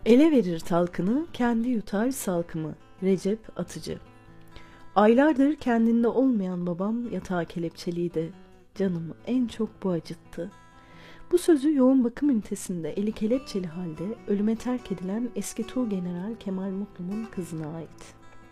Ele verir talkını, kendi yutar salkımı. Recep Atıcı. Aylardır kendinde olmayan babam yatağa kelepçeliydi. Canımı en çok bu acıttı. Bu sözü yoğun bakım ünitesinde eli kelepçeli halde ölüme terk edilen eski Tuğgeneral Kemal Mutlu'nun kızına ait.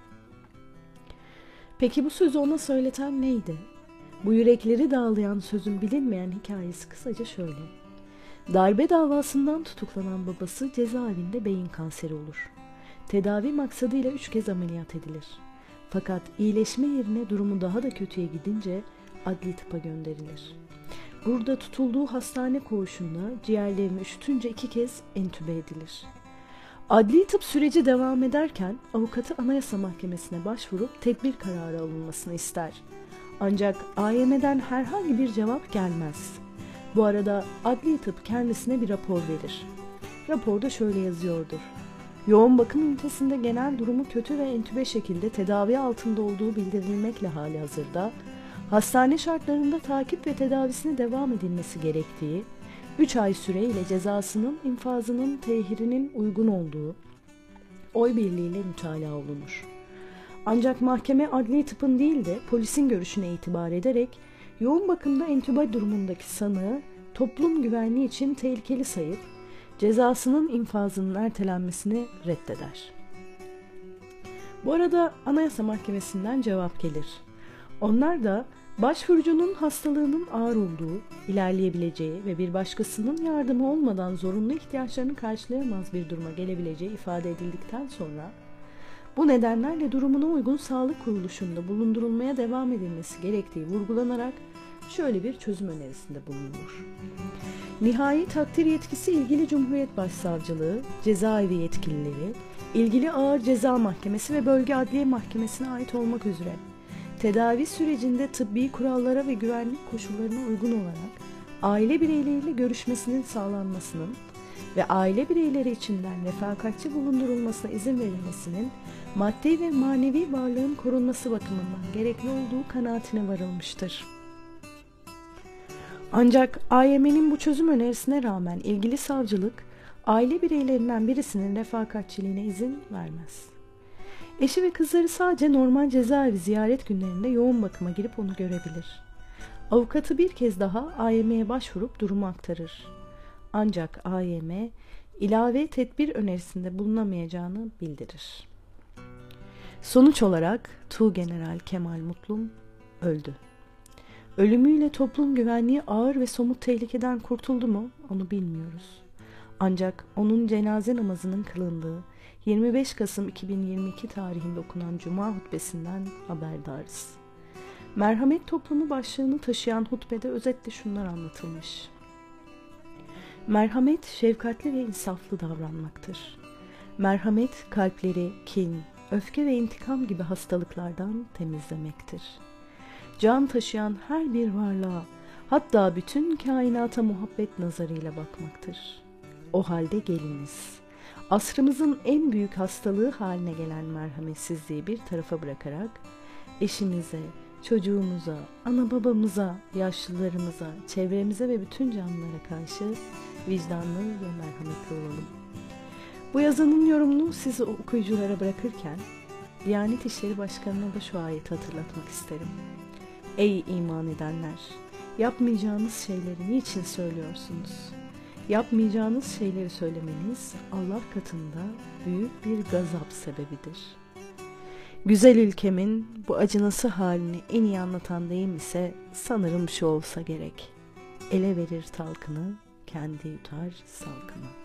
Peki bu sözü ona söyleten neydi? Bu yürekleri dağlayan sözün bilinmeyen hikayesi kısaca şöyle. Darbe davasından tutuklanan babası cezaevinde beyin kanseri olur. Tedavi maksadıyla 3 kez ameliyat edilir. Fakat iyileşme yerine durumu daha da kötüye gidince adli tıpa gönderilir. Burada tutulduğu hastane koğuşunda ciğerlerini üşütünce 2 kez entübe edilir. Adli tıp süreci devam ederken avukatı Anayasa Mahkemesi'ne başvurup tedbir kararı alınmasını ister. Ancak AYM'den herhangi bir cevap gelmez. Bu arada adli tıp kendisine bir rapor verir. Raporda şöyle yazıyordur. Yoğun bakım ünitesinde genel durumu kötü ve entübe şekilde tedavi altında olduğu bildirilmekle halihazırda hastane şartlarında takip ve tedavisine devam edilmesi gerektiği, 3 ay süreyle cezasının infazının tehirinin uygun olduğu oy birliğiyle mütalaa olunur. Ancak mahkeme adli tıpın değil de polisin görüşüne itibar ederek yoğun bakımda entübe durumundaki sanığı toplum güvenliği için tehlikeli sayıp cezasının infazının ertelenmesini reddeder. Bu arada Anayasa Mahkemesi'nden cevap gelir. Onlar da başvurucunun hastalığının ağır olduğu, ilerleyebileceği ve bir başkasının yardımı olmadan zorunlu ihtiyaçlarını karşılayamaz bir duruma gelebileceği ifade edildikten sonra bu nedenlerle durumuna uygun sağlık kuruluşunda bulundurulmaya devam edilmesi gerektiği vurgulanarak şöyle bir çözüm önerisinde bulunur. Nihai takdir yetkisi ilgili Cumhuriyet Başsavcılığı, cezaevi yetkilileri, ilgili Ağır Ceza Mahkemesi ve Bölge Adliye Mahkemesi'ne ait olmak üzere tedavi sürecinde tıbbi kurallara ve güvenlik koşullarına uygun olarak aile bireyleriyle görüşmesinin sağlanmasının ve aile bireyleri içinden refakatçi bulundurulmasına izin verilmesinin maddi ve manevi varlığın korunması bakımından gerekli olduğu kanaatine varılmıştır. Ancak AYM'nin bu çözüm önerisine rağmen ilgili savcılık, aile bireylerinden birisinin refakatçiliğine izin vermez. Eşi ve kızları sadece normal cezaevi ziyaret günlerinde yoğun bakıma girip onu görebilir. Avukatı bir kez daha AYM'ye başvurup durumu aktarır. Ancak AYM, ilave tedbir önerisinde bulunamayacağını bildirir. Sonuç olarak Tuğgeneral Kemal Mutlum öldü. Ölümüyle toplum güvenliği ağır ve somut tehlikeden kurtuldu mu onu bilmiyoruz. Ancak onun cenaze namazının kılındığı 25 Kasım 2022 tarihinde okunan Cuma hutbesinden haberdarız. Merhamet toplumu başlığını taşıyan hutbede özetle şunlar anlatılmış. Merhamet şefkatli ve insaflı davranmaktır. Merhamet kalpleri kin, öfke ve intikam gibi hastalıklardan temizlemektir. Can taşıyan her bir varlığa, hatta bütün kainata muhabbet nazarıyla bakmaktır. O halde geliniz, asrımızın en büyük hastalığı haline gelen merhametsizliği bir tarafa bırakarak, eşimize, çocuğumuza, ana babamıza, yaşlılarımıza, çevremize ve bütün canlılara karşı vicdanlı ve merhametli olalım. Bu yazının yorumunu sizi okuyuculara bırakırken, Diyanet İşleri Başkanı'na da şu ayeti hatırlatmak isterim. Ey iman edenler! Yapmayacağınız şeyleri niçin söylüyorsunuz? Yapmayacağınız şeyleri söylemeniz Allah katında büyük bir gazap sebebidir. Güzel ülkemin bu acınası halini en iyi anlatan deyim ise sanırım şu olsa gerek. Ele verir talkını, kendi yutar salkımı.